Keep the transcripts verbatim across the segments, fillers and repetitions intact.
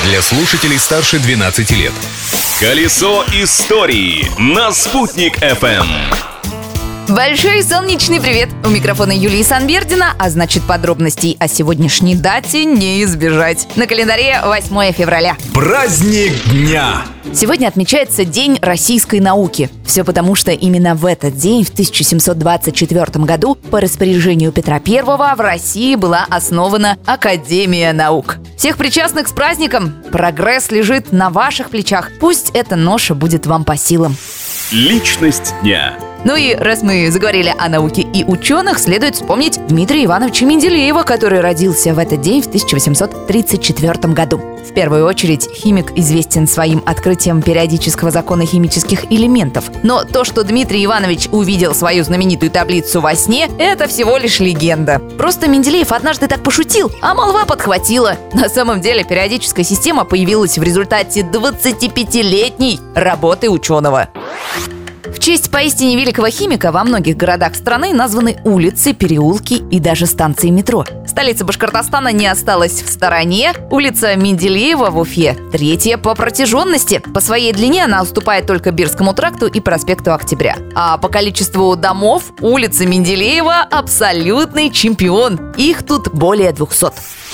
для слушателей старше двенадцати лет. Колесо истории на Спутник эф эм. Большой солнечный привет! У микрофона Юлии Санбердина, а значит, подробностей о сегодняшней дате не избежать. На календаре восьмое февраля. Праздник дня! Сегодня отмечается День российской науки. Все потому, что именно в этот день, в тысяча семьсот двадцать четвёртом году, по распоряжению Петра Первого в России была основана Академия наук. Всех причастных с праздником! Прогресс лежит на ваших плечах. Пусть эта ноша будет вам по силам. Личность дня. Ну и раз мы заговорили о науке и ученых, следует вспомнить Дмитрия Ивановича Менделеева, который родился в этот день в тысяча восемьсот тридцать четвёртом году. В первую очередь, химик известен своим открытием периодического закона химических элементов. Но то, что Дмитрий Иванович увидел свою знаменитую таблицу во сне, это всего лишь легенда. Просто Менделеев однажды так пошутил, а молва подхватила. На самом деле, периодическая система появилась в результате двадцатипятилетней работы ученого. В честь поистине великого химика во многих городах страны названы улицы, переулки и даже станции метро. Столица Башкортостана не осталась в стороне. Улица Менделеева в Уфе третья по протяженности. По своей длине она уступает только Бирскому тракту и проспекту Октября. А по количеству домов улица Менделеева абсолютный чемпион. Их тут более двухсот.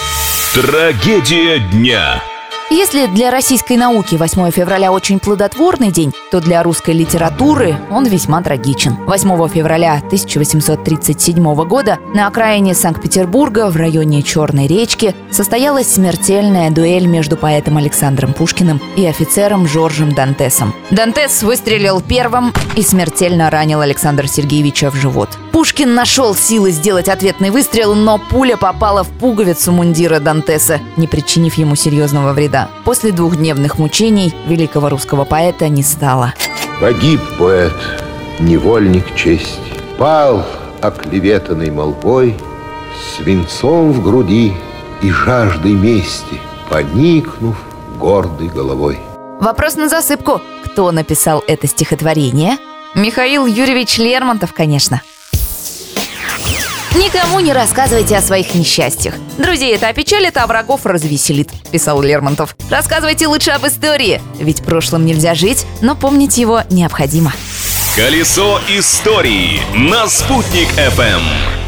Трагедия дня. Если для российской науки восьмое февраля очень плодотворный день, то для русской литературы он весьма трагичен. восьмого февраля тысяча восемьсот тридцать седьмого года на окраине Санкт-Петербурга в районе Черной речки состоялась смертельная дуэль между поэтом Александром Пушкиным и офицером Жоржем Дантесом. Дантес выстрелил первым и смертельно ранил Александра Сергеевича в живот. Пушкин нашел силы сделать ответный выстрел, но пуля попала в пуговицу мундира Дантеса, не причинив ему серьезного вреда. После двухдневных мучений великого русского поэта не стало. Погиб поэт, невольник чести, пал оклеветанный молвой, свинцом в груди и жаждой мести, поникнув гордой головой. Вопрос на засыпку. Кто написал это стихотворение? Михаил Юрьевич Лермонтов, конечно. «Никому не рассказывайте о своих несчастьях. Друзей это опечалит, а врагов развеселит», — писал Лермонтов. «Рассказывайте лучше об истории, ведь прошлым нельзя жить, но помнить его необходимо». Колесо истории на Спутник эф эм.